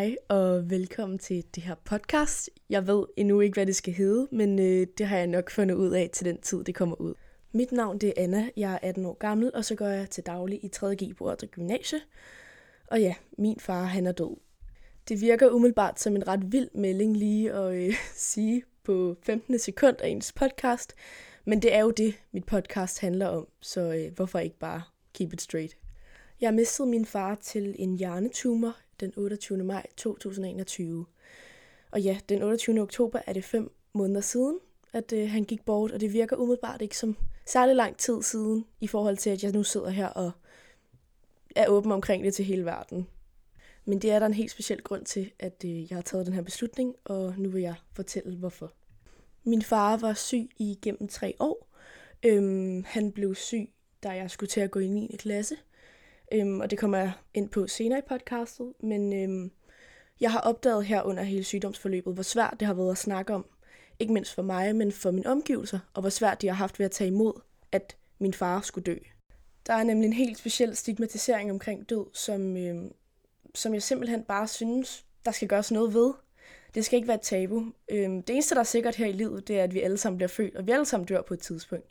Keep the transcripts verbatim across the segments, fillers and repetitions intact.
Hej og velkommen til det her podcast. Jeg ved endnu ikke, hvad det skal hedde, men øh, det har jeg nok fundet ud af til den tid, det kommer ud. Mit navn det er Anna, jeg er atten år gammel, og så går jeg til daglig i tredje G på Ordre Gymnasie. Og ja, min far han er død. Det virker umiddelbart som en ret vild melding lige at øh, sige på femten sekund af ens podcast, men det er jo det, mit podcast handler om, så øh, hvorfor ikke bare keep it straight. Jeg mistede min far til en hjernetumor den otteogtyvende maj to tusind og enogtyve. Og ja, den otteogtyvende oktober er det fem måneder siden, at øh, han gik bort, og det virker umiddelbart ikke som særlig lang tid siden, i forhold til, at jeg nu sidder her og er åben omkring det til hele verden. Men det er der en helt speciel grund til, at øh, jeg har taget den her beslutning, og nu vil jeg fortælle, hvorfor. Min far var syg i gennem tre år. Øhm, han blev syg, da jeg skulle til at gå i niende klasse. Øhm, og det kommer jeg ind på senere i podcastet, men øhm, jeg har opdaget her under hele sygdomsforløbet, hvor svært det har været at snakke om, ikke mindst for mig, men for mine omgivelser, og hvor svært de har haft ved at tage imod, at min far skulle dø. Der er nemlig en helt speciel stigmatisering omkring død, som, øhm, som jeg simpelthen bare synes, der skal gøres noget ved. Det skal ikke være et tabu. Øhm, det eneste, der er sikkert her i livet, det er, at vi alle sammen bliver født, og vi alle sammen dør på et tidspunkt.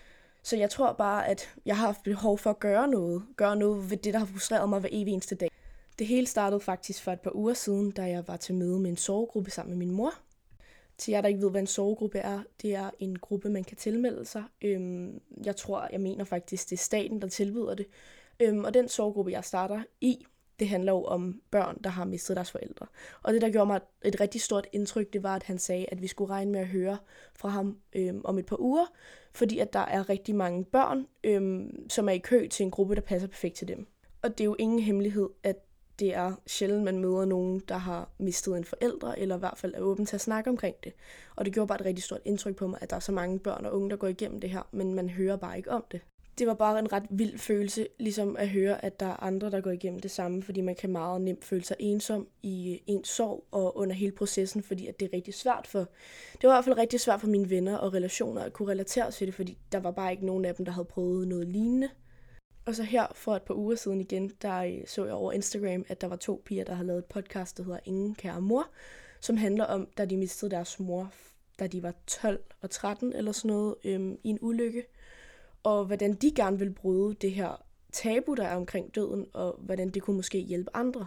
Så jeg tror bare, at jeg har haft behov for at gøre noget. Gøre noget ved det, der har frustreret mig hver evig eneste dag. Det hele startede faktisk for et par uger siden, da jeg var til møde med en sorggruppe sammen med min mor. Til jer, der ikke ved, hvad en sorggruppe er, det er en gruppe, man kan tilmelde sig. Øhm, jeg tror, jeg mener faktisk, det er staten, der tilbyder det. Øhm, og den sorggruppe, jeg starter i, det handler jo om børn, der har mistet deres forældre. Og det, der gjorde mig et rigtig stort indtryk, det var, at han sagde, at vi skulle regne med at høre fra ham øhm, om et par uger, fordi at der er rigtig mange børn, øhm, som er i kø til en gruppe, der passer perfekt til dem. Og det er jo ingen hemmelighed, at det er sjældent, man møder nogen, der har mistet en forældre, eller i hvert fald er åben til at snakke omkring det. Og det gjorde bare et rigtig stort indtryk på mig, at der er så mange børn og unge, der går igennem det her, men man hører bare ikke om det. Det var bare en ret vild følelse, ligesom at høre, at der er andre, der går igennem det samme, fordi man kan meget nemt føle sig ensom i ens sorg og under hele processen, fordi at det er rigtig svært for, det var i hvert fald rigtig svært for mine venner og relationer at kunne relatere til det, fordi der var bare ikke nogen af dem, der havde prøvet noget lignende. Og så her for et par uger siden igen, der så jeg over Instagram, at der var to piger, der havde lavet et podcast, der hedder Ingen kære mor, som handler om, da de mistede deres mor, da de var tolv og tretten eller sådan noget, øhm, i en ulykke. Og hvordan de gerne vil bryde det her tabu, der er omkring døden, og hvordan det kunne måske hjælpe andre.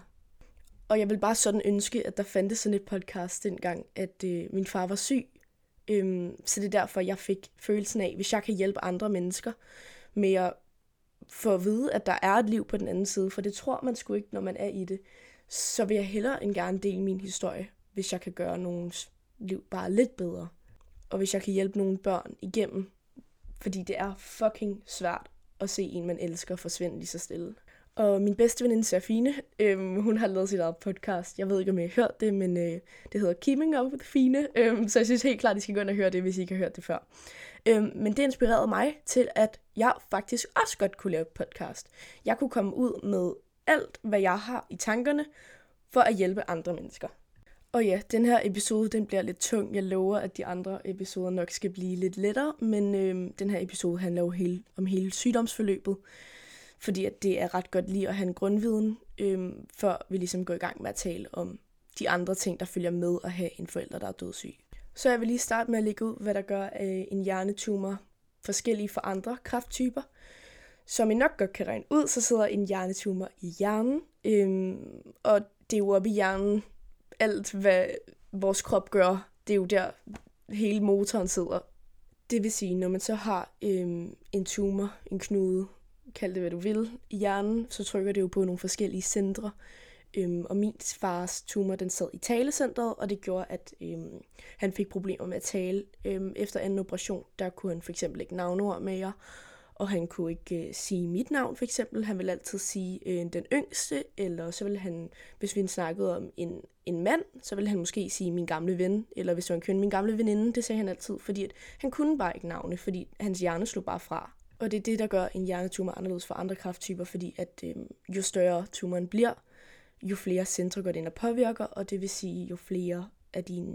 Og jeg vil bare sådan ønske, at der fandtes sådan et podcast dengang, at øh, min far var syg. Øhm, så det er derfor, jeg fik følelsen af, hvis jeg kan hjælpe andre mennesker med at få at vide, at der er et liv på den anden side, for det tror man sgu ikke, når man er i det, så vil jeg hellere end gerne dele min historie, hvis jeg kan gøre nogens liv bare lidt bedre. Og hvis jeg kan hjælpe nogle børn igennem, fordi det er fucking svært at se en, man elsker, forsvinde lige så stille. Og min bedste veninde, Serafine, øhm, hun har lavet sit eget podcast. Jeg ved ikke, om I har hørt det, men øh, det hedder Keeping Up with Fine. Øhm, så jeg synes helt klart, at I skal gå ind og høre det, hvis I ikke har hørt det før. Øhm, men det inspirerede mig til, at jeg faktisk også godt kunne lave et podcast. Jeg kunne komme ud med alt, hvad jeg har i tankerne, for at hjælpe andre mennesker. Og ja, den her episode, den bliver lidt tung. Jeg lover, at de andre episoder nok skal blive lidt lettere, men øh, den her episode handler jo hele, om hele sygdomsforløbet, fordi at det er ret godt lige at have en grundviden, øh, før vi ligesom går i gang med at tale om de andre ting, der følger med at have en forælder, der er dødssyg. Så jeg vil lige starte med at lægge ud, hvad der gør øh, en hjernetumor forskellige for andre kræfttyper. Som I nok godt kan regne ud, så sidder en hjernetumor i hjernen, øh, og det er jo oppe i hjernen, alt, hvad vores krop gør, det er jo der, hele motoren sidder. Det vil sige, når man så har øhm, en tumor, en knude, kald det hvad du vil, i hjernen, så trykker det jo på nogle forskellige centre. Øhm, og min fars tumor, den sad i talecentret, og det gjorde, at øhm, han fik problemer med at tale. Øhm, efter anden operation, der kunne han for eksempel ikke navneord mere, og han kunne ikke øh, sige mit navn for eksempel. Han ville altid sige øh, den yngste, eller så ville han, hvis vi snakkede om en, en mand, så ville han måske sige min gamle ven, eller hvis det var en kvinde, min gamle veninde. Det sagde han altid, fordi at han kunne bare ikke navne, fordi hans hjerne slog bare fra. Og det er det, der gør en hjernetumor anderledes for andre kræfttyper, fordi at øh, jo større tumoren bliver, jo flere centre går det ind og påvirker, og det vil sige, jo flere af dine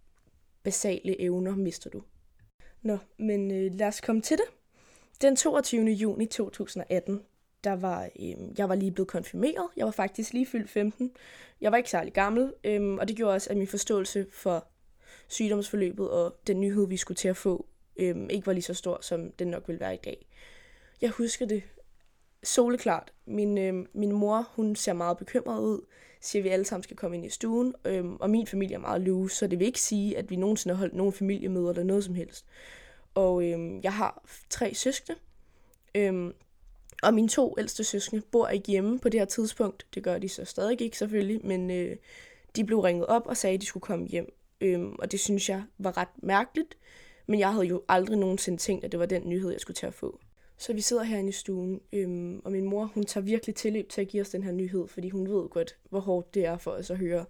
basale evner mister du. Nå, men øh, lad os komme til det. Den toogtyvende juni to tusind og atten, der var, øh, jeg var lige blevet konfirmeret. Jeg var faktisk lige fyldt femten. Jeg var ikke særlig gammel, øh, og det gjorde også, at min forståelse for sygdomsforløbet og den nyhed, vi skulle til at få, øh, ikke var lige så stor, som den nok ville være i dag. Jeg husker det soleklart. Min, øh, min mor, hun ser meget bekymret ud, siger, at vi alle sammen skal komme ind i stuen, øh, og min familie er meget loose, så det vil ikke sige, at vi nogensinde har holdt nogen familiemøder eller noget som helst. Og øh, jeg har tre søskende, øh, og mine to ældste søskende bor ikke hjemme på det her tidspunkt. Det gør de så stadig ikke selvfølgelig, men øh, de blev ringet op og sagde, at de skulle komme hjem. Øh, og det synes jeg var ret mærkeligt, men jeg havde jo aldrig nogensinde tænkt, at det var den nyhed, jeg skulle til at få. Så vi sidder herinde i stuen, øhm, og min mor, hun tager virkelig tilløb til at give os den her nyhed, fordi hun ved godt, hvor hårdt det er for os at høre.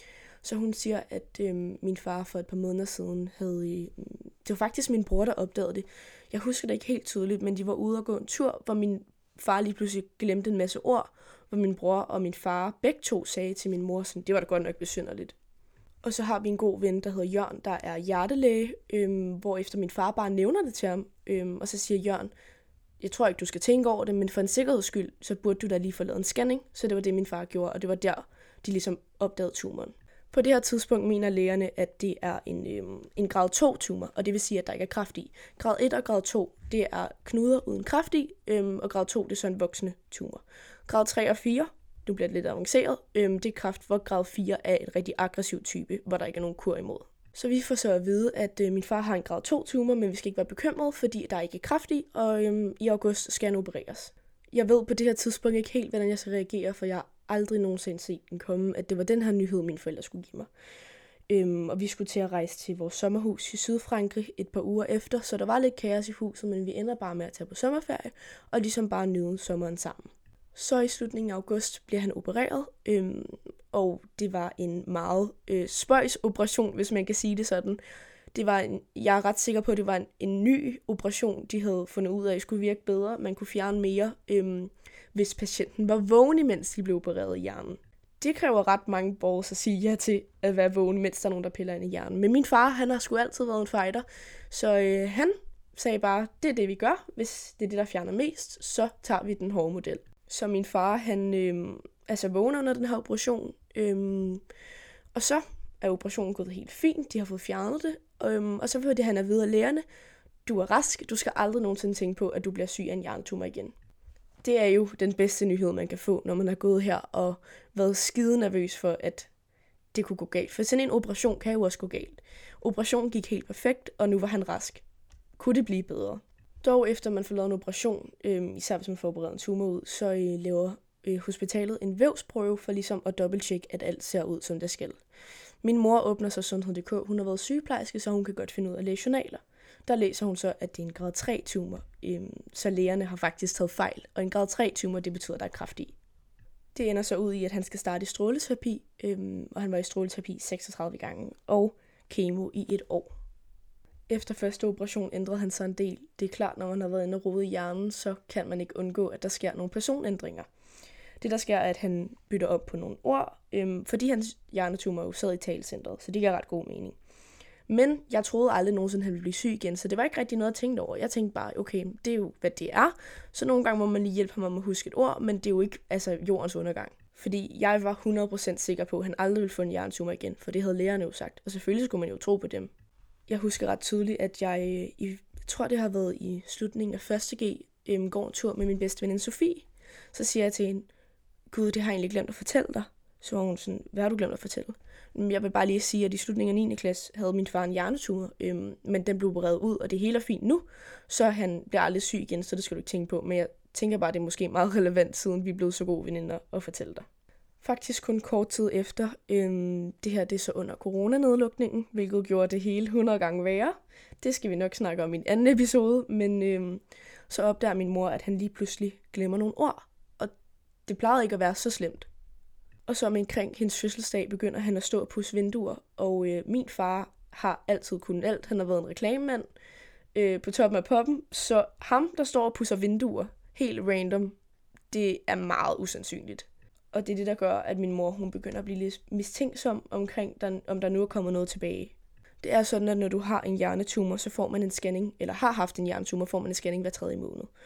Så hun siger, at øhm, min far for et par måneder siden havde... Øhm, det var faktisk min bror, der opdagede det. Jeg husker det ikke helt tydeligt, men de var ude og gå en tur, hvor min far lige pludselig glemte en masse ord, hvor min bror og min far begge to sagde til min mor, sådan, det var da godt nok besynderligt. Og så har vi en god ven, der hedder Jørgen, der er hjertelæge, øhm, hvor efter min far bare nævner det til ham, øhm, og så siger Jørgen, jeg tror ikke, du skal tænke over det, men for en sikkerheds skyld, så burde du da lige få lavet en scanning. Så det var det, min far gjorde, og det var der, de ligesom opdagede tumoren. På det her tidspunkt mener lægerne, at det er en, øhm, en grad to tumor, og det vil sige, at der ikke er kræft i. Grad et og grad to, det er knuder uden kræft i, øhm, og grad to, det er så en voksende tumor. Grad tre og fire, nu bliver det lidt avanceret, øhm, det er kræft, hvor grad fire er et rigtig aggressiv type, hvor der ikke er nogen kur imod. Så vi får så at vide, at øh, min far har en grad to tumor, men vi skal ikke være bekymrede, fordi der er ikke kræft i, og øhm, i august skal han opereres. Jeg ved på det her tidspunkt ikke helt, hvordan jeg skal reagere, for jeg har aldrig nogensinde set den komme, at det var den her nyhed, mine forældre skulle give mig. Øhm, og vi skulle til at rejse til vores sommerhus i Sydfrankrig et par uger efter, så der var lidt kaos i huset, men vi ender bare med at tage på sommerferie, og ligesom bare nyde sommeren sammen. Så i slutningen af august bliver han opereret, øhm, og det var en meget øh, spøjs operation, hvis man kan sige det sådan. Det var en, jeg er ret sikker på, at det var en, en ny operation, de havde fundet ud af, at skulle virke bedre. Man kunne fjerne mere, øhm, hvis patienten var vågen, imens de blev opereret i hjernen. Det kræver ret mange balls at sige ja til at være vågen, mens der er nogen, der piller ind i hjernen. Men min far, han har sgu altid været en fighter, så øh, han sagde bare, det er det, vi gør. Hvis det er det, der fjerner mest, så tager vi den hårde model. Så min far, han øh, altså vågner under den her operation, øh, og så er operationen gået helt fint, de har fået fjernet det, øh, og så vil det han at vide af lægerne, du er rask, du skal aldrig nogensinde tænke på, at du bliver syg af en hjernetumor igen. Det er jo den bedste nyhed, man kan få, når man har gået her og været skide nervøs for, at det kunne gå galt. For sådan en operation kan jo også gå galt. Operationen gik helt perfekt, og nu var han rask. Kunne det blive bedre? Dog efter man får lavet en operation, øh, især hvis man får opereret en tumor ud, så øh, laver øh, hospitalet en vævsprøve for ligesom at dobbelttjekke, at alt ser ud, som det skal. Min mor åbner så sundhed punktum d k. Hun har været sygeplejerske, så hun kan godt finde ud af at læse journaler. Der læser hun så, at det er en grad tre tumor, øh, så lægerne har faktisk taget fejl. Og en grad tre tumor, det betyder, at der er kræft i. Det ender så ud i, at han skal starte i stråleterapi, øh, og han var i stråleterapi seksogtredive gange, og kemo i et år. Efter første operation ændrede han sig en del. Det er klart, når man har været inde og rode i hjernen, så kan man ikke undgå, at der sker nogle personændringer. Det, der sker, er, at han bytter op på nogle ord, øhm, fordi hans hjernetumor jo sad i talcentret, så det giver ret god mening. Men jeg troede aldrig nogensinde, han ville blive syg igen, så det var ikke rigtig noget at tænke over. Jeg tænkte bare, okay, det er jo, hvad det er. Så nogle gange må man lige hjælpe ham med at huske et ord, men det er jo ikke altså, jordens undergang. Fordi jeg var hundrede procent sikker på, at han aldrig ville få en hjernetumor igen, for det havde lægerne jo sagt. Og selvfølgelig skulle man jo tro på dem. Jeg husker ret tydeligt, at jeg, i, jeg tror det har været i slutningen af første G, øhm, går en tur med min bedste veninde Sofie. Så siger jeg til hende, gud, det har jeg egentlig glemt at fortælle dig. Så var hun sådan, hvad har du glemt at fortælle? Jeg vil bare lige sige, at i slutningen af niende klasse havde min far en hjernetumor, øhm, men den blev opereret ud, og det hele er fint nu, så han bliver aldrig syg igen, så det skal du ikke tænke på. Men jeg tænker bare, at det er måske meget relevant, siden vi er blevet så gode veninder at fortælle dig. Faktisk kun kort tid efter, øhm, det her det er så under coronanedlukningen, hvilket gjorde det hele hundrede gange værre. Det skal vi nok snakke om i en anden episode, men øhm, så opdager min mor, at han lige pludselig glemmer nogle ord, og det plejede ikke at være så slemt. Og så omkring hendes fødselsdag begynder han at stå og pudse vinduer, og øh, min far har altid kunnet alt. Han har været en reklamemand øh, på toppen af poppen, så ham, der står og pudser vinduer, helt random, det er meget usandsynligt. Og det er det, der gør, at min mor hun begynder at blive lidt mistænksom omkring, der, om der nu er kommet noget tilbage. Det er sådan, at når du har en hjernetumor, så får man en scanning, eller har haft en hjernetumor, får man en scanning hver tredje måned.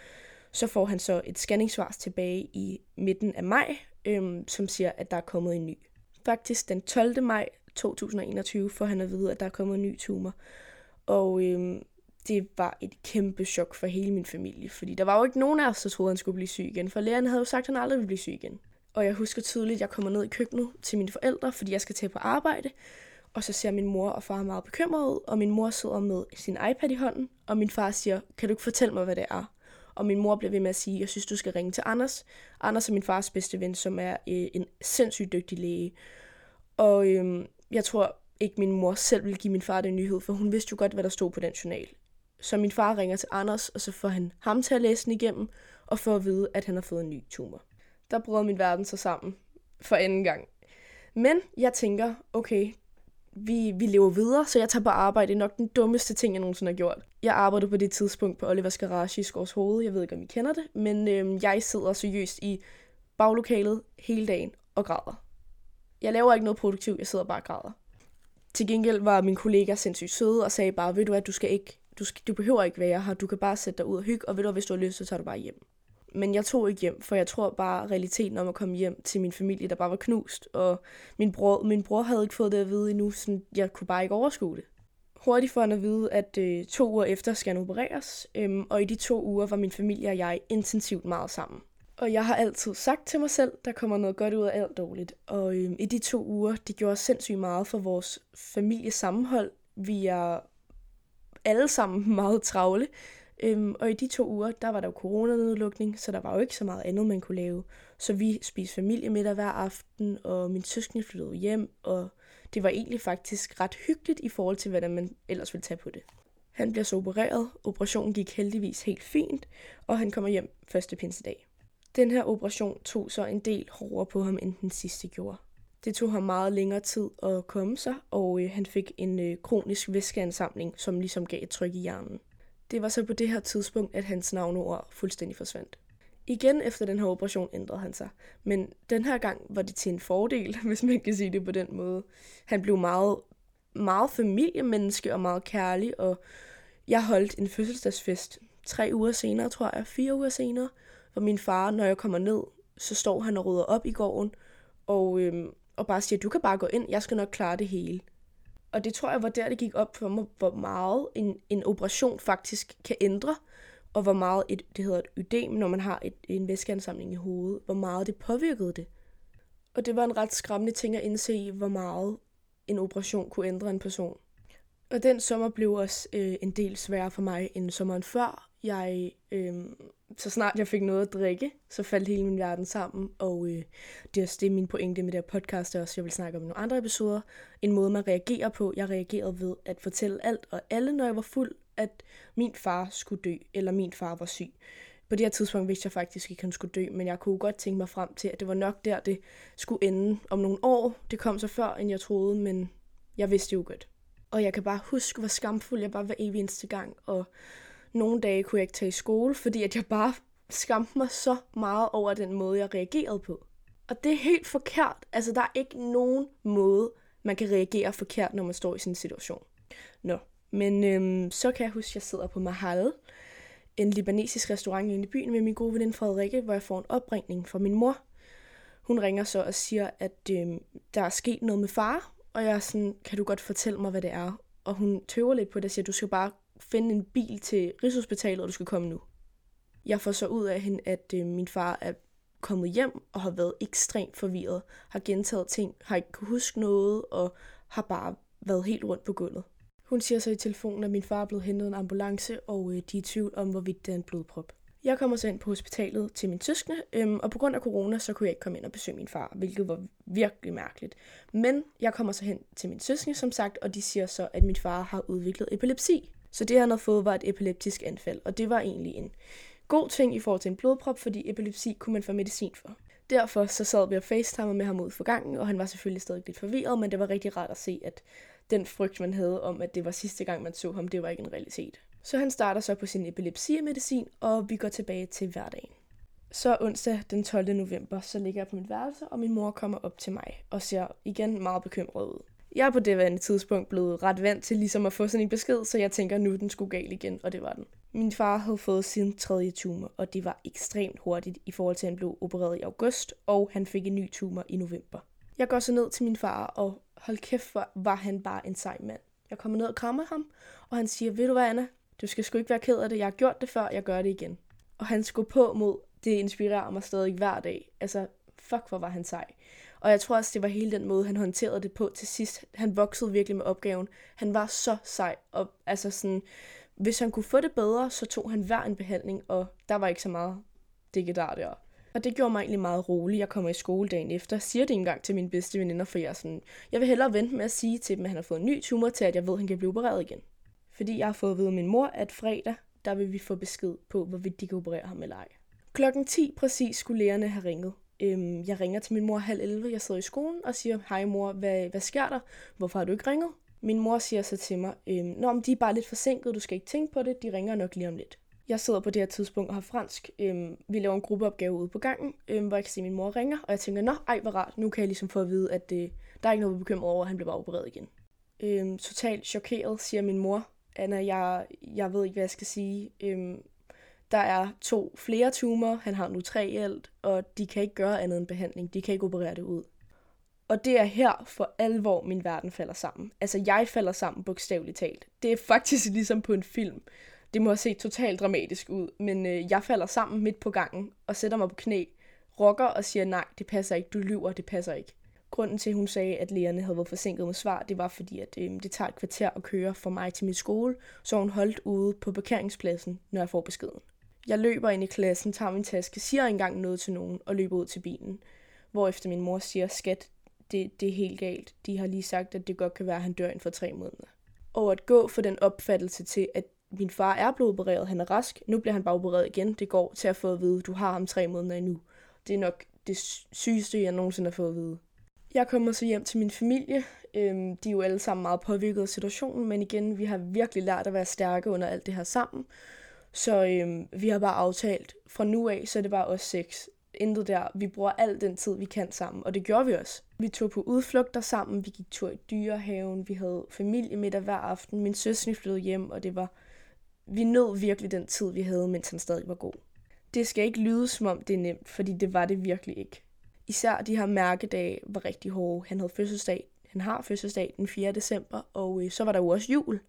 Så får han så et scanningssvar tilbage i midten af maj, øhm, som siger, at der er kommet en ny. Faktisk den tolvte maj to tusind og enogtyve får han at vide, at der er kommet en ny tumor. Og øhm, det var et kæmpe chok for hele min familie, fordi der var jo ikke nogen af os, der troede, han skulle blive syg igen, for lægerne havde jo sagt, at han aldrig ville blive syg igen. Og jeg husker tydeligt, at jeg kommer ned i køkkenet til mine forældre, fordi jeg skal til på arbejde, og så ser min mor og far meget bekymret ud, og min mor sidder med sin iPad i hånden, og min far siger, kan du ikke fortælle mig, hvad det er? Og min mor bliver ved med at sige, jeg synes, du skal ringe til Anders. Anders er min fars bedste ven, som er øh, en sindssygt dygtig læge. Og øh, jeg tror ikke, min mor selv ville give min far den nyhed, for hun vidste jo godt, hvad der stod på den journal. Så min far ringer til Anders, og så får han ham til at læse den igennem, og får at vide, at han har fået en ny tumor. Der brød min verden sig sammen for anden gang. Men jeg tænker, okay, vi, vi lever videre, så jeg tager på arbejde. Det er nok den dummeste ting, jeg nogensinde har gjort. Jeg arbejdede på det tidspunkt på Olivers Garage i Skovshoved. Jeg ved ikke, om I kender det, men øh, jeg sidder seriøst i baglokalet hele dagen og græder. Jeg laver ikke noget produktivt, jeg sidder bare og græder. Til gengæld var min kollega sindssygt søde og sagde bare, ved du hvad, du skal ikke, du, skal, du behøver ikke være her, du kan bare sætte dig ud og hygge, og ved du hvad, hvis du har lyst, så tager du bare hjem. Men jeg tog ikke hjem, for jeg tror bare realiteten om at komme hjem til min familie, der bare var knust, og min bror, min bror havde ikke fået det at vide endnu, så jeg kunne bare ikke overskue det. Hurtigt får han at vide, at øh, to uger efter skal han opereres, øhm, og i de to uger var min familie og jeg intensivt meget sammen. Og jeg har altid sagt til mig selv, der kommer noget godt ud af alt dårligt. Og øhm, i de to uger, det gjorde sindssygt meget for vores familiesammenhold. Vi er alle sammen meget travle. Øhm, og i de to uger, der var der jo coronanedlukning, så der var jo ikke så meget andet, man kunne lave. Så vi spiste familiemiddag hver aften, og min søskende flyttede hjem, og det var egentlig faktisk ret hyggeligt i forhold til, hvordan man ellers ville tage på det. Han bliver så opereret, operationen gik heldigvis helt fint, og han kommer hjem første pinsedag. Den her operation tog så en del hårdere på ham, end den sidste gjorde. Det tog ham meget længere tid at komme sig, og øh, han fik en øh, kronisk væskeansamling, som ligesom gav et tryk i hjernen. Det var så på det her tidspunkt, at hans navneord fuldstændig forsvandt. Igen efter den her operation ændrede han sig, men den her gang var det til en fordel, hvis man kan sige det på den måde. Han blev meget, meget familiemenneske og meget kærlig, og jeg holdt en fødselsdagsfest tre uger senere, tror jeg, fire uger senere, hvor min far, når jeg kommer ned, så står han og rydder op i gården, og, øhm, og bare siger, du kan bare gå ind, jeg skal nok klare det hele. Og det tror jeg var der, det gik op for mig, hvor meget en, en operation faktisk kan ændre, og hvor meget, et, det hedder et ødem, når man har et, en væskeansamling i hovedet, hvor meget det påvirkede det. Og det var en ret skræmmende ting at indse, hvor meget en operation kunne ændre en person. Og den sommer blev også øh, en del sværere for mig end sommeren før. Jeg, øh, så snart jeg fik noget at drikke, så faldt hele min verden sammen, og øh, det er også det, min pointe med det her podcast også, jeg vil snakke om i nogle andre episoder. En måde, man reagerer på. Jeg reagerede ved at fortælle alt og alle, når jeg var fuld, at min far skulle dø, eller min far var syg. På det her tidspunkt vidste jeg faktisk ikke, at han skulle dø, men jeg kunne godt tænke mig frem til, at det var nok der, det skulle ende om nogle år. Det kom så før, end jeg troede, men jeg vidste jo godt. Og jeg kan bare huske, hvor skamfuld jeg bare var evig eneste gang, og nogle dage kunne jeg ikke tage i skole, fordi at jeg bare skamte mig så meget over den måde, jeg reagerede på. Og det er helt forkert. Altså, der er ikke nogen måde, man kan reagere forkert, når man står i sådan en situation. Nå, men øhm, så kan jeg huske, at jeg sidder på Mahal, en libanesisk restaurant inde i byen med min gode veninde Frederikke, hvor jeg får en opringning fra min mor. Hun ringer så og siger, at øhm, der er sket noget med far, og jeg er sådan, kan du godt fortælle mig, hvad det er? Og hun tøver lidt på det og siger, du skal bare finde en bil til Rigshospitalet, og du skal komme nu. Jeg får så ud af hende, at øh, min far er kommet hjem og har været ekstremt forvirret, har gentaget ting, har ikke kunne huske noget, og har bare været helt rundt på gulvet. Hun siger så i telefonen, at min far er blevet hentet en ambulance, og øh, de er i tvivl om, hvorvidt det er en blodprop. Jeg kommer så ind på hospitalet til min søskende, øhm, og på grund af corona, så kunne jeg ikke komme ind og besøge min far, hvilket var virkelig mærkeligt. Men jeg kommer så hen til min søskende, som sagt, og de siger så, at min far har udviklet epilepsi. Så det, han havde fået, var et epileptisk anfald, og det var egentlig en god ting i forhold til en blodprop, fordi epilepsi kunne man få medicin for. Derfor så sad vi og facetimer med ham ud for gangen, og han var selvfølgelig stadig lidt forvirret, men det var rigtig rart at se, at den frygt, man havde om, at det var sidste gang, man så ham, det var ikke en realitet. Så han starter så på sin epilepsimedicin, og vi går tilbage til hverdagen. Så onsdag den tolvte november, så ligger jeg på mit værelse, og min mor kommer op til mig og ser igen meget bekymret ud. Jeg er på det tidspunkt blevet ret vant til ligesom at få sådan en besked, så jeg tænker, nu den skulle galt igen, og det var den. Min far havde fået sin tredje tumor, og det var ekstremt hurtigt i forhold til, at han blev opereret i august, og han fik en ny tumor i november. Jeg går så ned til min far, og hold kæft, hvor var han bare en sej mand. Jeg kommer ned og krammer ham, og han siger, ved du hvad, Anna, du skal sgu ikke være ked af det, jeg har gjort det før, jeg gør det igen. Og han skulle på mod, det inspirerer mig stadig hver dag. Altså, fuck, hvor var han sej. Og jeg tror også, det var hele den måde, han håndterede det på til sidst. Han voksede virkelig med opgaven. Han var så sej, og altså sådan, hvis han kunne få det bedre, så tog han hver en behandling, og der var ikke så meget digedar der. Og det gjorde mig egentlig meget rolig. Jeg kommer i skole dagen efter, siger det engang til mine bedste veninder, for jeg er sådan, jeg vil hellere vente med at sige til dem, at han har fået en ny tumor, til at jeg ved, at han kan blive opereret igen. Fordi jeg har fået at vide af min mor, at fredag, der vil vi få besked på, hvorvidt de kan operere ham eller ej. Klokken ti præcis skulle lægerne have ringet. Øhm, jeg ringer til min mor halv elleve, jeg sidder i skolen og siger, hej mor, hvad, hvad sker der? Hvorfor har du ikke ringet? Min mor siger så til mig, øhm, nå, men de er bare lidt forsinket, du skal ikke tænke på det, de ringer nok lige om lidt. Jeg sidder på det her tidspunkt og har fransk. Øhm, vi laver en gruppeopgave ude på gangen, øhm, hvor jeg kan se, at min mor ringer, og jeg tænker, nå, ej, hvor rart, nu kan jeg ligesom få at vide, at øh, der er ikke noget bekymret over, at han bliver bare opereret igen. Øhm, totalt chokeret, siger min mor, Anna, jeg, jeg ved ikke, hvad jeg skal sige. Øhm, der er to flere tumorer, han har nu tre i alt, og de kan ikke gøre andet end behandling, de kan ikke operere det ud. Og det er her for alvor, min verden falder sammen. Altså, jeg falder sammen bogstaveligt talt. Det er faktisk ligesom på en film. Det må have set totalt dramatisk ud, men øh, jeg falder sammen midt på gangen og sætter mig på knæ, rokker og siger, nej, det passer ikke, du lyver, det passer ikke. Grunden til, at hun sagde, at lægerne havde været forsinket med svar, det var fordi, at øh, det tager et kvarter at køre fra mig til min skole, så hun holdt ude på parkeringspladsen, når jeg får beskeden. Jeg løber ind i klassen, tager min taske, siger ikke engang noget til nogen og løber ud til bilen. Hvorefter min mor siger, skat, det, det er helt galt. De har lige sagt, at det godt kan være, at han dør inden for tre måneder. Og at gå for den opfattelse til, at min far er blevet opereret, han er rask, nu bliver han bare opereret igen, det går til at få at vide, du har ham tre måneder endnu. Det er nok det sygeste, jeg nogensinde har fået at vide. Jeg kommer så hjem til min familie. Øhm, de er jo alle sammen meget påvirket af situationen, men igen, vi har virkelig lært at være stærke under alt det her sammen. Så øhm, vi har bare aftalt, fra nu af, så er det bare os seks. Intet der. Vi bruger al den tid, vi kan sammen, og det gjorde vi også. Vi tog på udflugter sammen, vi gik tur i dyrehaven, vi havde familiemiddag hver aften, min søster flyttede hjem, og det var... Vi nød virkelig den tid, vi havde, mens han stadig var god. Det skal ikke lyde, som om det er nemt, fordi det var det virkelig ikke. Især de her mærkedage var rigtig hårde. Han havde fødselsdag, han har fødselsdag den fjerde december, og øh, så var der jo også jul.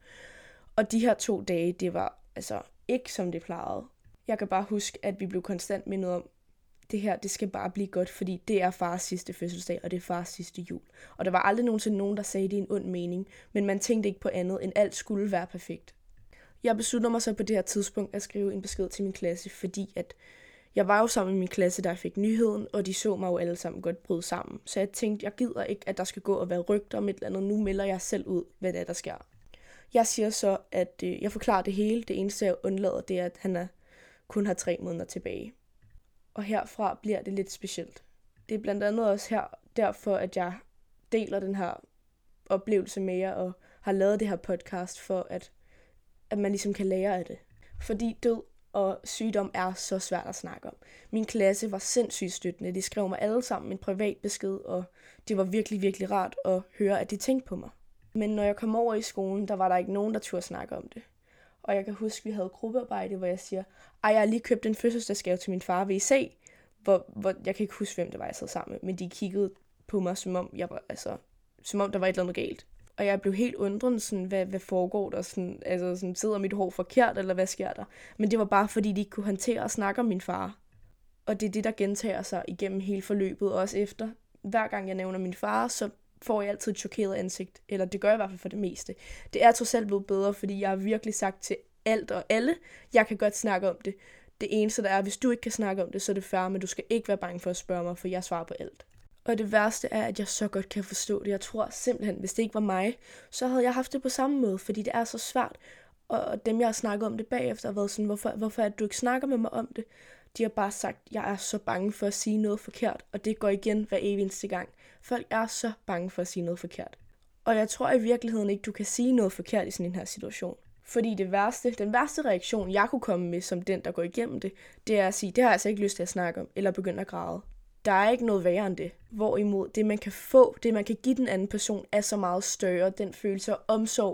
Og de her to dage, det var altså ikke som det plejede. Jeg kan bare huske, at vi blev konstant mindet om, det her, det skal bare blive godt, fordi det er fars sidste fødselsdag, og det er fars sidste jul. Og der var aldrig nogensinde nogen, der sagde det i en ond mening, men man tænkte ikke på andet, end alt skulle være perfekt. Jeg besluttede mig så på det her tidspunkt at skrive en besked til min klasse, fordi at jeg var jo sammen med min klasse, der fik nyheden, og de så mig jo alle sammen godt bryde sammen. Så jeg tænkte, jeg gider ikke, at der skal gå og være rygter om et eller andet. Nu melder jeg selv ud, hvad det er, der sker. Jeg siger så, at øh, jeg forklarer det hele. Det eneste, jeg undlader, det er, at han er, kun har tre måneder tilbage. Og herfra bliver det lidt specielt. Det er blandt andet også her, derfor, at jeg deler den her oplevelse med jer, og har lavet det her podcast, for at, at man ligesom kan lære af det. Fordi død og sygdom er så svært at snakke om. Min klasse var sindssygt støttende. De skrev mig alle sammen en privat besked, og det var virkelig, virkelig rart at høre, at de tænkte på mig. Men når jeg kom over i skolen, der var der ikke nogen, der turde snakke om det. Og jeg kan huske, at vi havde gruppearbejde, hvor jeg siger, ej, jeg har lige købt en fødselsdagsgave til min far, vil I se? Hvor, hvor, jeg kan ikke huske, hvem det var, jeg sad sammen med, men de kiggede på mig, som om, jeg var, altså, som om der var et eller andet galt. Og jeg blev helt undrende, sådan, hvad, hvad foregår der? Sådan, altså, sådan, sidder mit hår forkert, eller hvad sker der? Men det var bare, fordi de ikke kunne håndtere at snakke om min far. Og det er det, der gentager sig igennem hele forløbet, også efter. Hver gang jeg nævner min far, så får jeg altid et chokeret ansigt. Eller det gør jeg i hvert fald for det meste. Det er trods alt blevet bedre, fordi jeg har virkelig sagt til alt og alle, jeg kan godt snakke om det. Det eneste, der er, hvis du ikke kan snakke om det, så er det fair, men du skal ikke være bange for at spørge mig, for jeg svarer på alt. Og det værste er, at jeg så godt kan forstå det. Jeg tror simpelthen, hvis det ikke var mig, så havde jeg haft det på samme måde, fordi det er så svært. Og dem, jeg har snakket om det bagefter, har været sådan, hvorfor, hvorfor er det, du ikke snakker med mig om det? De har bare sagt, jeg er så bange for at sige noget forkert, og det går igen hver evig eneste gang. Folk er så bange for at sige noget forkert. Og jeg tror i virkeligheden ikke, du kan sige noget forkert i sådan en her situation. Fordi det værste, den værste reaktion, jeg kunne komme med, som den, der går igennem det, det er at sige, det har jeg altså ikke lyst til at snakke om, eller begynde at græde. Der er ikke noget værre end det. Hvorimod det, man kan få, det man kan give den anden person, er så meget større. Den følelse af omsorg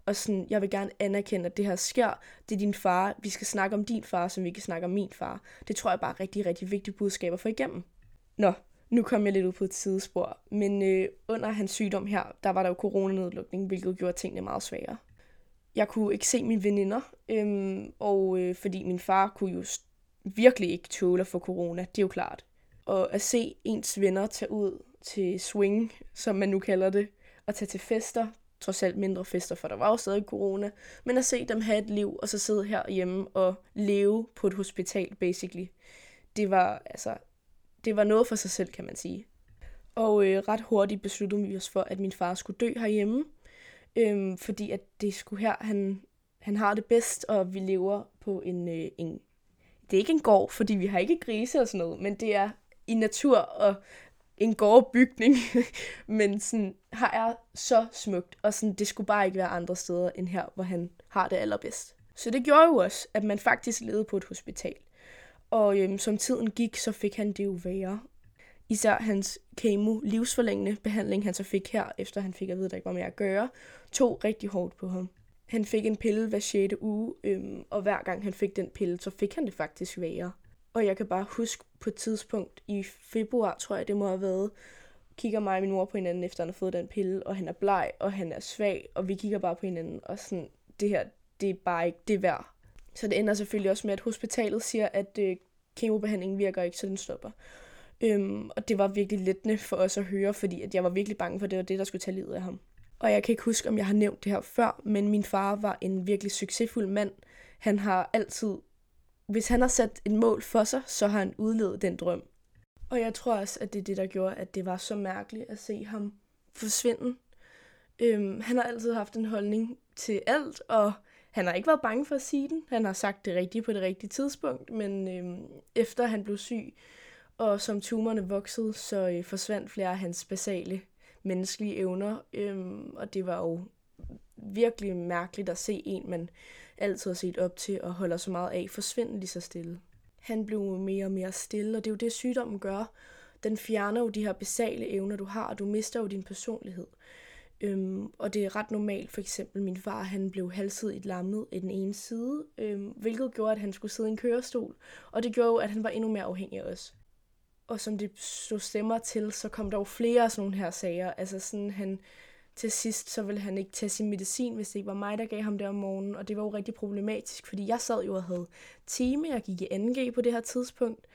Og sådan, jeg vil gerne anerkende, at det her sker. Det er din far. Vi skal snakke om din far, som vi kan snakke om min far. Det tror jeg bare er rigtig, rigtig vigtige budskaber for igennem. Nå, nu kom jeg lidt ud på et sidespor. Men øh, under hans sygdom her, der var der jo coronanedlukning, hvilket gjorde tingene meget sværere. Jeg kunne ikke se mine veninder, øhm, og øh, fordi min far kunne jo virkelig ikke tåle at få corona, det er jo klart. Og at se ens venner tage ud til swing, som man nu kalder det, og tage til fester, trods alt mindre fester, for der var jo stadig corona, men at se dem have et liv, og så sidde herhjemme og leve på et hospital, basically. Det var, altså, det var noget for sig selv, kan man sige. Og øh, ret hurtigt besluttede vi os for, at min far skulle dø herhjemme, øhm, fordi at det skulle her, han, han har det bedst, og vi lever på en, øh, en, det er ikke en gård, fordi vi har ikke grise og sådan noget, men det er i natur og en gårdbygning, men sådan, her er så smukt, og sådan, det skulle bare ikke være andre steder end her, hvor han har det allerbedst. Så det gjorde jo også, at man faktisk levede på et hospital. Og øhm, som tiden gik, så fik han det jo værre. Især hans kemo, livsforlængende behandling, han så fik her, efter han fik at vide, at der ikke var mere at gøre, tog rigtig hårdt på ham. Han fik en pille hver sjette uge, øhm, og hver gang han fik den pille, så fik han det faktisk værre. Og jeg kan bare huske på et tidspunkt i februar, tror jeg det må have været, kigger mig og min mor på hinanden, efter han har fået den pille, og han er bleg, og han er svag, og vi kigger bare på hinanden, og sådan, det her, det er bare ikke det værd. Så det ender selvfølgelig også med, at hospitalet siger, at øh, kemobehandlingen virker ikke, så den stopper. Øhm, og det var virkelig lettende for os at høre, fordi at jeg var virkelig bange for, at det var det, der skulle tage livet af ham. Og jeg kan ikke huske, om jeg har nævnt det her før, men min far var en virkelig succesfuld mand. Han har altid, hvis han har sat et mål for sig, så har han udlevet den drøm. Og jeg tror også, at det er det, der gjorde, at det var så mærkeligt at se ham forsvinde. Øhm, han har altid haft en holdning til alt, og han har ikke været bange for at sige den. Han har sagt det rigtige på det rigtige tidspunkt, men øhm, efter han blev syg, og som tumorerne voksede, så øh, forsvandt flere af hans basale menneskelige evner. Øhm, og det var jo virkelig mærkeligt at se en, man altid har set op til og holder så meget af, forsvinde lige så stille. Han blev mere og mere stille, og det er jo det, sygdommen gør. Den fjerner jo de her basale evner, du har, og du mister jo din personlighed. Øhm, og det er ret normalt, for eksempel min far, han blev halvsidigt lammet i den ene side, øhm, hvilket gjorde, at han skulle sidde i en kørestol, og det gjorde jo, at han var endnu mere afhængig af os. Og som det stod stemmer til, så kom der jo flere af sådan nogle her sager. Altså sådan, han til sidst, så ville han ikke tage sin medicin, hvis det ikke var mig, der gav ham det om morgenen. Og det var jo rigtig problematisk, fordi jeg sad jo og havde time. Jeg gik i anden G på det her tidspunkt.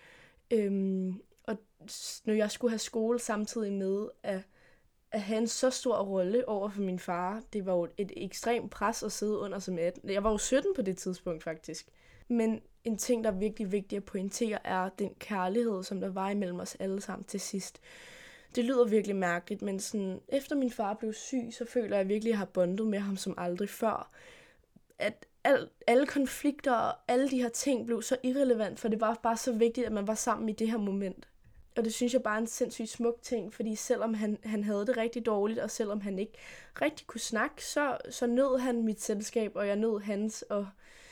Øhm, og når jeg skulle have skole samtidig med at, at have en så stor rolle over for min far, det var jo et ekstremt pres at sidde under som atten. Jeg var jo sytten på det tidspunkt faktisk. Men en ting, der er virkelig vigtig at pointere, er den kærlighed, som der var imellem os alle sammen til sidst. Det lyder virkelig mærkeligt, men sådan, efter min far blev syg, så føler jeg, at jeg virkelig har bondet med ham som aldrig før. At al, alle konflikter og alle de her ting blev så irrelevant, for det var bare så vigtigt, at man var sammen i det her moment. Og det synes jeg bare er en sindssygt smuk ting, fordi selvom han, han havde det rigtig dårligt, og selvom han ikke rigtig kunne snakke, så, så nød han mit selskab, og jeg nød hans, og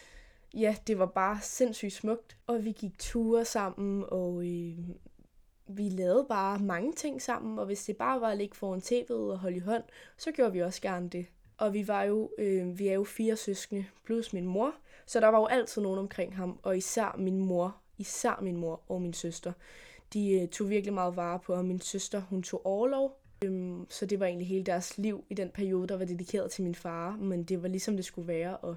ja, det var bare sindssygt smukt. Og vi gik ture sammen, og øh, vi lavede bare mange ting sammen, og hvis det bare var at ligge foran tv'et og holde i hånd, så gjorde vi også gerne det. Og vi var jo, øh, vi er jo fire søskende, plus min mor, så der var jo altid nogen omkring ham, og især min mor, især min mor og min søster. De øh, tog virkelig meget vare på, og min søster, hun tog orlov, øhm, så det var egentlig hele deres liv i den periode, der var dedikeret til min far, men det var ligesom det skulle være, og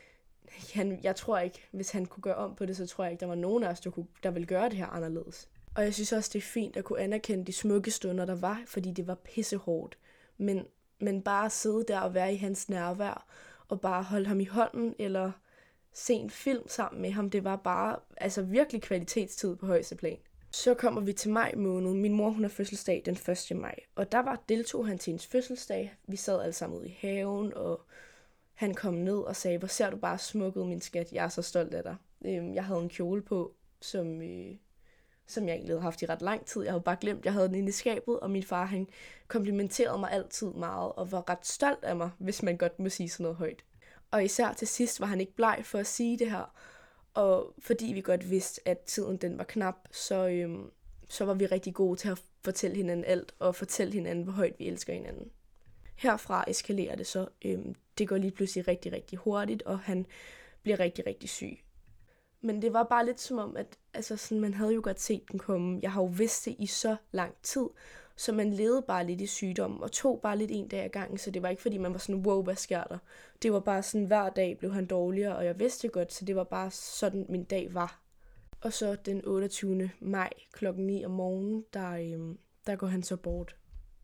han, jeg tror ikke, hvis han kunne gøre om på det, så tror jeg ikke, der var nogen af os, der, kunne, der ville gøre det her anderledes. Og jeg synes også, det er fint at kunne anerkende de smukke stunder, der var, fordi det var pissehårdt. Men, men bare sidde der og være i hans nærvær, og bare holde ham i hånden, eller se en film sammen med ham, det var bare altså virkelig kvalitetstid på højeste plan. Så kommer vi til maj måned. Min mor, hun har fødselsdag den første maj, og der var deltog han til hendes fødselsdag. Vi sad alle sammen ude i haven, og han kom ned og sagde, hvor ser du bare smuk ud, min skat, jeg er så stolt af dig. Jeg havde en kjole på, som, øh, som jeg egentlig havde haft i ret lang tid. Jeg havde bare glemt, jeg havde den inde i skabet, og min far, han komplimenterede mig altid meget, og var ret stolt af mig, hvis man godt må sige sådan noget højt. Og især til sidst var han ikke bleg for at sige det her, og fordi vi godt vidste, at tiden den var knap, så, øhm, så var vi rigtig gode til at fortælle hinanden alt, og fortælle hinanden, hvor højt vi elsker hinanden. Herfra eskalerer det så. Øhm, det går lige pludselig rigtig, rigtig hurtigt, og han bliver rigtig, rigtig syg. Men det var bare lidt som om, at altså sådan, man havde jo godt set den komme. Jeg har jo vidst det i så lang tid, så man levede bare lidt i sygdommen, og tog bare lidt en dag ad gangen, så det var ikke fordi, man var sådan, wow, hvad sker der? Det var bare sådan, hver dag blev han dårligere, og jeg vidste det godt, så det var bare sådan, min dag var. Og så den otteogtyvende maj klokken ni om morgenen, der, øhm, der går han så bort.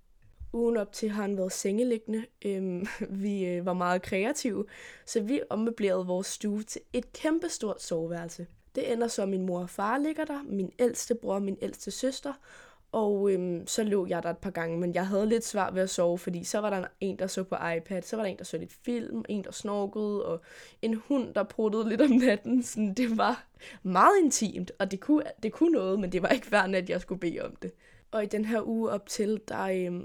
Ugen op til har han været sengeliggende. Øhm, vi øh, var meget kreative, så vi ommøblerede vores stue til et kæmpestort soveværelse. Det ender så, min mor og far ligger der, min ældste bror og min ældste søster, og øhm, så lå jeg der et par gange, men jeg havde lidt svært ved at sove, fordi så var der en, der så på iPad, så var der en, der så lidt film, en, der snorkede, og en hund, der pruttede lidt om natten. Sådan, det var meget intimt, og det kunne, det kunne noget, men det var ikke hver nat, jeg skulle bede om det. Og i den her uge op til, der, øhm,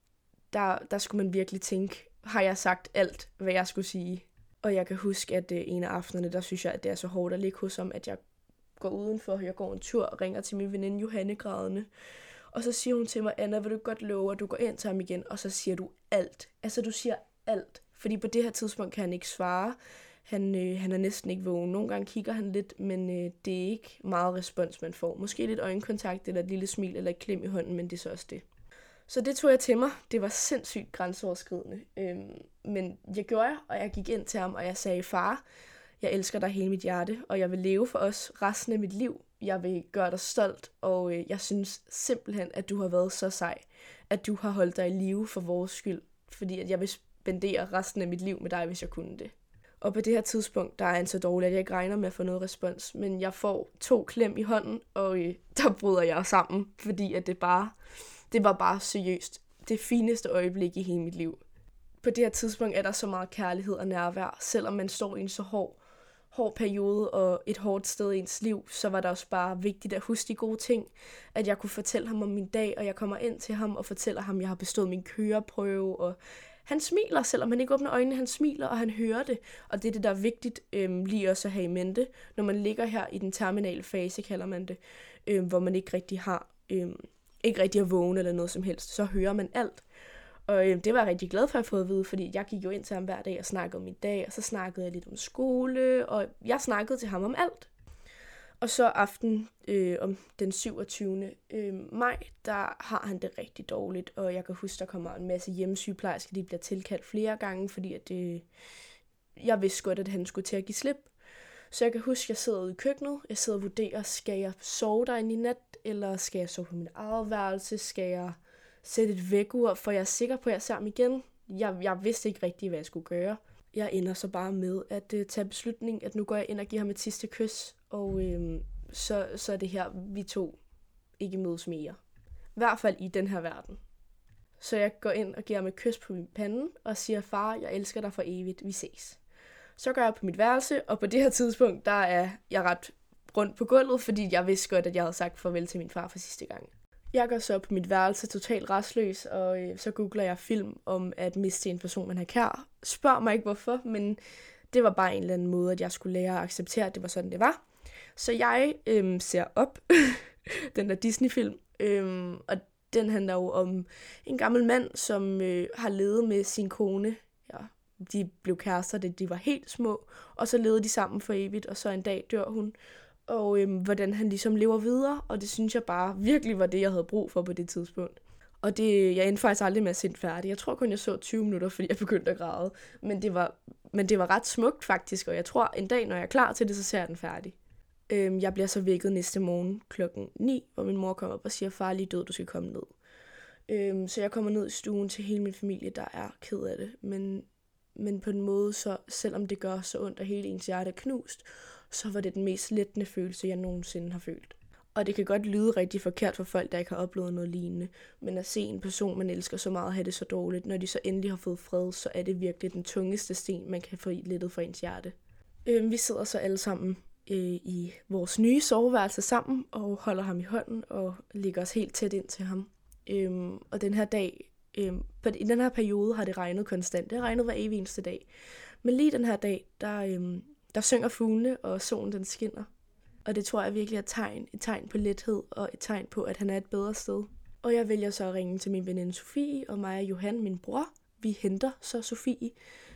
der, der skulle man virkelig tænke, har jeg sagt alt, hvad jeg skulle sige? Og jeg kan huske, at øh, en af aftenerne, der synes jeg, at det er så hårdt at ligge hos ham, at jeg går udenfor, jeg går en tur og ringer til min veninde Johanne grædende. Og så siger hun til mig, Anna, vil du godt love, at du går ind til ham igen? Og så siger du alt. Altså, du siger alt. Fordi på det her tidspunkt kan han ikke svare. Han, øh, han er næsten ikke vågen. Nogle gange kigger han lidt, men øh, det er ikke meget respons, man får. Måske lidt øjenkontakt, eller et lille smil, eller et klem i hånden, men det er så også det. Så det tog jeg til mig. Det var sindssygt grænseoverskridende. Øhm, men jeg gjorde jeg, og jeg gik ind til ham, og jeg sagde, far, jeg elsker dig hele mit hjerte, og jeg vil leve for os resten af mit liv. Jeg vil gøre dig stolt, og øh, jeg synes simpelthen, at du har været så sej, at du har holdt dig i live for vores skyld, fordi at jeg vil spendere resten af mit liv med dig, hvis jeg kunne det. Og på det her tidspunkt, der er han så dårlig, at jeg ikke regner med at få noget respons, men jeg får to klem i hånden, og øh, der bryder jeg sammen, fordi at det bare, det var bare seriøst det fineste øjeblik i hele mit liv. På det her tidspunkt er der så meget kærlighed og nærvær, selvom man står i en så hård, hård periode og et hårdt sted i ens liv, så var det også bare vigtigt at huske de gode ting, at jeg kunne fortælle ham om min dag, og jeg kommer ind til ham og fortæller ham, at jeg har bestået min køreprøve, og han smiler, selvom han ikke åbner øjnene, han smiler, og han hører det, og det er det, der er vigtigt øhm, lige også at have i mente, når man ligger her i den terminale fase, kalder man det, øhm, hvor man ikke rigtig har, øhm, ikke rigtig er vågen eller noget som helst, så hører man alt. Og øh, det var jeg rigtig glad for at få at vide, fordi jeg gik jo ind til ham hver dag og snakkede om min dag, og så snakkede jeg lidt om skole, og jeg snakkede til ham om alt. Og så aften øh, om den syvogtyvende Øh, maj, der har han det rigtig dårligt, og jeg kan huske, der kommer en masse hjemmesygeplejersker, de bliver tilkaldt flere gange, fordi at, øh, jeg vidste godt, at han skulle til at give slip. Så jeg kan huske, at jeg sidder ude i køkkenet, jeg sidder og vurderer, skal jeg sove derinde i nat, eller skal jeg sove på mit eget værelse, skal jeg sætte et vækkeur, for jeg er sikker på, at jeg ser ham igen. Jeg, jeg vidste ikke rigtig, hvad jeg skulle gøre. Jeg ender så bare med at uh, tage beslutning, at nu går jeg ind og giver ham et sidste kys, og uh, så, så er det her, vi to ikke mødes mere. I hvert fald i den her verden. Så jeg går ind og giver ham et kys på min pande, og siger, far, jeg elsker dig for evigt, vi ses. Så går jeg på mit værelse, og på det her tidspunkt, der er jeg ret rundt på gulvet, fordi jeg vidste godt, at jeg havde sagt farvel til min far for sidste gang. Jeg går så på mit værelse totalt rastløs, og øh, så googler jeg film om at miste en person, man har kær. Spørg mig ikke hvorfor, men det var bare en eller anden måde, at jeg skulle lære at acceptere, at det var sådan, det var. Så jeg øh, ser op den der Disney-film, øh, og den handler jo om en gammel mand, som øh, har levet med sin kone. Ja, de blev kærester, da de var helt små, og så levede de sammen for evigt, og så en dag dør hun. Og øhm, hvordan han ligesom lever videre, og det synes jeg bare virkelig var det, jeg havde brug for på det tidspunkt. Og det, jeg endte faktisk aldrig med at se den færdig. Jeg tror kun, jeg så tyve minutter, fordi jeg begyndte at græde. Men det var, men det var ret smukt faktisk, og jeg tror en dag, når jeg er klar til det, så ser jeg den færdig. Øhm, jeg bliver så vækket næste morgen klokken ni, hvor min mor kommer op og siger, far er lige død, du skal komme ned. Øhm, så jeg kommer ned i stuen til hele min familie, der er ked af det. Men, men på en måde, så selvom det gør så ondt, og hele ens hjerte er knust, så var det den mest lettende følelse, jeg nogensinde har følt. Og det kan godt lyde rigtig forkert for folk, der ikke har oplevet noget lignende, men at se en person, man elsker så meget, have det så dårligt, når de så endelig har fået fred, så er det virkelig den tungeste sten, man kan få lettet fra ens hjerte. Øh, vi sidder så alle sammen øh, i vores nye soveværelse sammen, og holder ham i hånden, og ligger os helt tæt ind til ham. Øh, og den her dag, øh, i den her periode har det regnet konstant. Det har regnet hver evig eneste dag. Men lige den her dag, der... Øh, Der synger fuglene, og solen den skinner. Og det tror jeg virkelig er et tegn. Et tegn på lethed, og et tegn på, at han er et bedre sted. Og jeg vælger så at ringe til min veninde Sofie, og mig og Johan, min bror. vi henter så Sofie,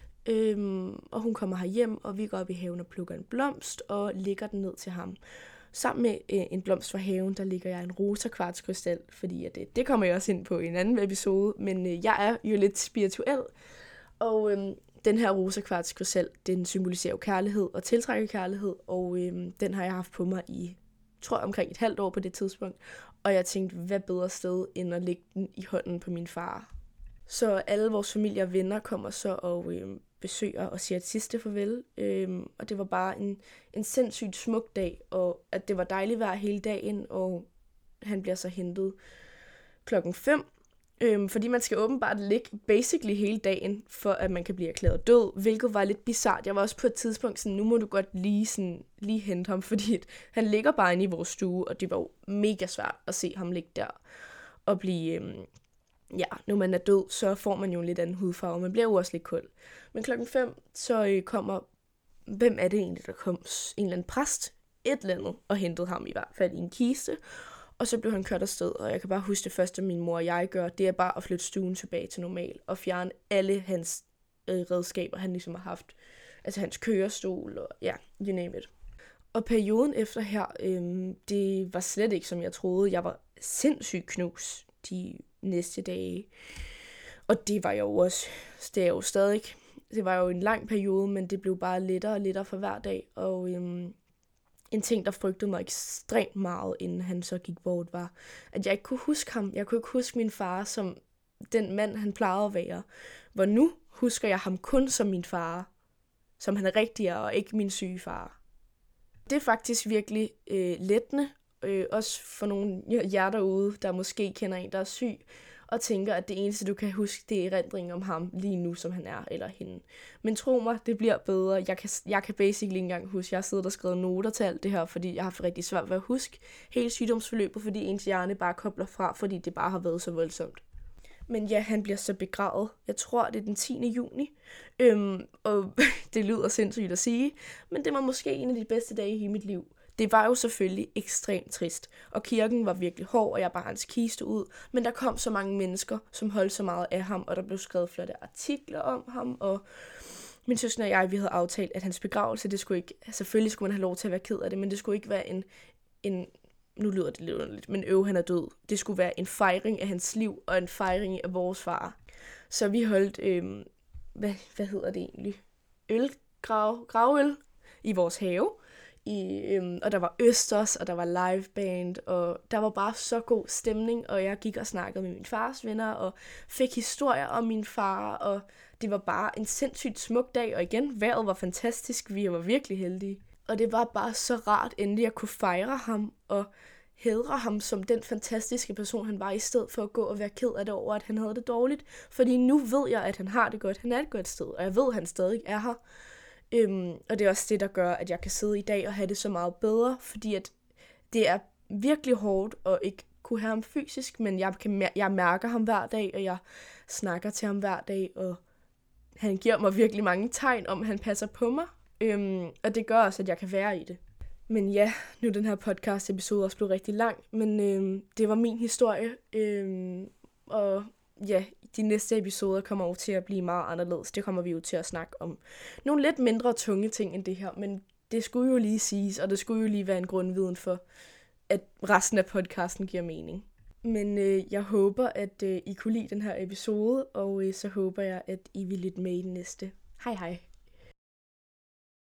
øhm, og hun kommer herhjem, og vi går op i haven og plukker en blomst og lægger den ned til ham. Sammen med øh, en blomst fra haven, der ligger jeg en rosa kvartskrystal, fordi at, det, det kommer jeg også ind på i en anden episode, men øh, jeg er jo lidt spirituel, og øh, den her rosa kvartskrystal, den symboliserer jo kærlighed og tiltrækker kærlighed, og øh, den har jeg haft på mig i, tror jeg, omkring et halvt år på det tidspunkt, og jeg tænkte, hvad bedre sted, end at lægge den i hånden på min far. Så alle vores familie og venner kommer så og øh, besøger og siger et sidste farvel. Øhm, og det var bare en, en sindssygt smuk dag, og at det var dejligt vejr hele dagen, og han bliver så hentet klokken fem. Øhm, fordi man skal åbenbart ligge basically hele dagen, for at man kan blive erklæret død, hvilket var lidt bizart. Jeg var også på et tidspunkt sådan, nu må du godt lige, sådan, lige hente ham, fordi han ligger bare inde i vores stue, og det var jo mega svært at se ham ligge der og blive... Øhm, Ja, når man er død, så får man jo en lidt anden hudfarve. Man bliver jo også lidt kold. Men klokken fem, så øh, kommer... Hvem er det egentlig, der kom? En eller anden præst? Et eller andet. Og hentede ham i hvert fald i en kiste. Og så blev han kørt afsted. Og jeg kan bare huske det første, min mor og jeg gør. Det er bare at flytte stuen tilbage til normal. Og fjerne alle hans øh, redskaber, han ligesom har haft. Altså hans kørestol og ja, you name it. Og perioden efter her, øh, det var slet ikke, som jeg troede. Jeg var sindssygt knus de næste dage. Og det var jeg jo også, det er jo stadig. Det var jo en lang periode, men det blev bare lettere og lettere for hver dag. Og øhm, en ting, der frygtede mig ekstremt meget, inden han så gik bort, var, at jeg ikke kunne huske ham. Jeg kunne ikke huske min far som den mand, han plejede at være. Hvor nu husker jeg ham kun som min far. Som han er rigtig, og ikke min syge far. Det er faktisk virkelig øh, lettende. Øh, også for nogle jer derude, der måske kender en, der er syg, og tænker, at det eneste, du kan huske, det er erindringen om ham lige nu, som han er, eller hende. Men tro mig, det bliver bedre. Jeg kan, jeg kan basically ikke engang huske, jeg har siddet og skrevet noter til alt det her, fordi jeg har haft rigtig svært ved at huske hele sygdomsforløbet, fordi ens hjerne bare kobler fra, fordi det bare har været så voldsomt. Men ja, han bliver så begravet. Jeg tror, det er den tiende juni. Øhm, og det lyder sindssygt at sige, men det var måske en af de bedste dage i mit liv. Det var jo selvfølgelig ekstremt trist, og kirken var virkelig hård, og jeg bar hans kiste ud, men der kom så mange mennesker, som holdt så meget af ham, og der blev skrevet flotte artikler om ham, og min søster og jeg, vi havde aftalt, at hans begravelse, det skulle ikke, selvfølgelig skulle man have lov til at være ked af det, men det skulle ikke være en, en nu lyder det lidt underligt, men øv, han er død. Det skulle være en fejring af hans liv, og en fejring af vores far. Så vi holdt, øh, hvad, hvad hedder det egentlig? Ølgrav, gravøl i vores have. I, øhm, og der var østers, og der var liveband, og der var bare så god stemning, og jeg gik og snakkede med min fars venner, og fik historier om min far, og det var bare en sindssygt smuk dag, og igen, vejret var fantastisk, vi var virkelig heldige. Og det var bare så rart, endelig at kunne fejre ham, og hædre ham som den fantastiske person, han var, i stedet for at gå og være ked af det over, at han havde det dårligt. Fordi nu ved jeg, at han har det godt, han er et godt sted, og jeg ved, at han stadig er her. Øhm, og det er også det, der gør, at jeg kan sidde i dag og have det så meget bedre, fordi at det er virkelig hårdt at ikke kunne have ham fysisk, men jeg, kan, jeg mærker ham hver dag, og jeg snakker til ham hver dag, og han giver mig virkelig mange tegn om, at han passer på mig, øhm, og det gør også, at jeg kan være i det. Men ja, nu er den her podcast-episode også blevet rigtig lang, men øhm, det var min historie, øhm, og ja, de næste episoder kommer jo til at blive meget anderledes. Det kommer vi jo til at snakke om nogle lidt mindre tunge ting end det her, men det skulle jo lige siges, og det skulle jo lige være en grundviden for, at resten af podcasten giver mening. Men øh, jeg håber, at øh, I kunne lide den her episode, og øh, så håber jeg, at I vil lytte med i den næste. Hej hej!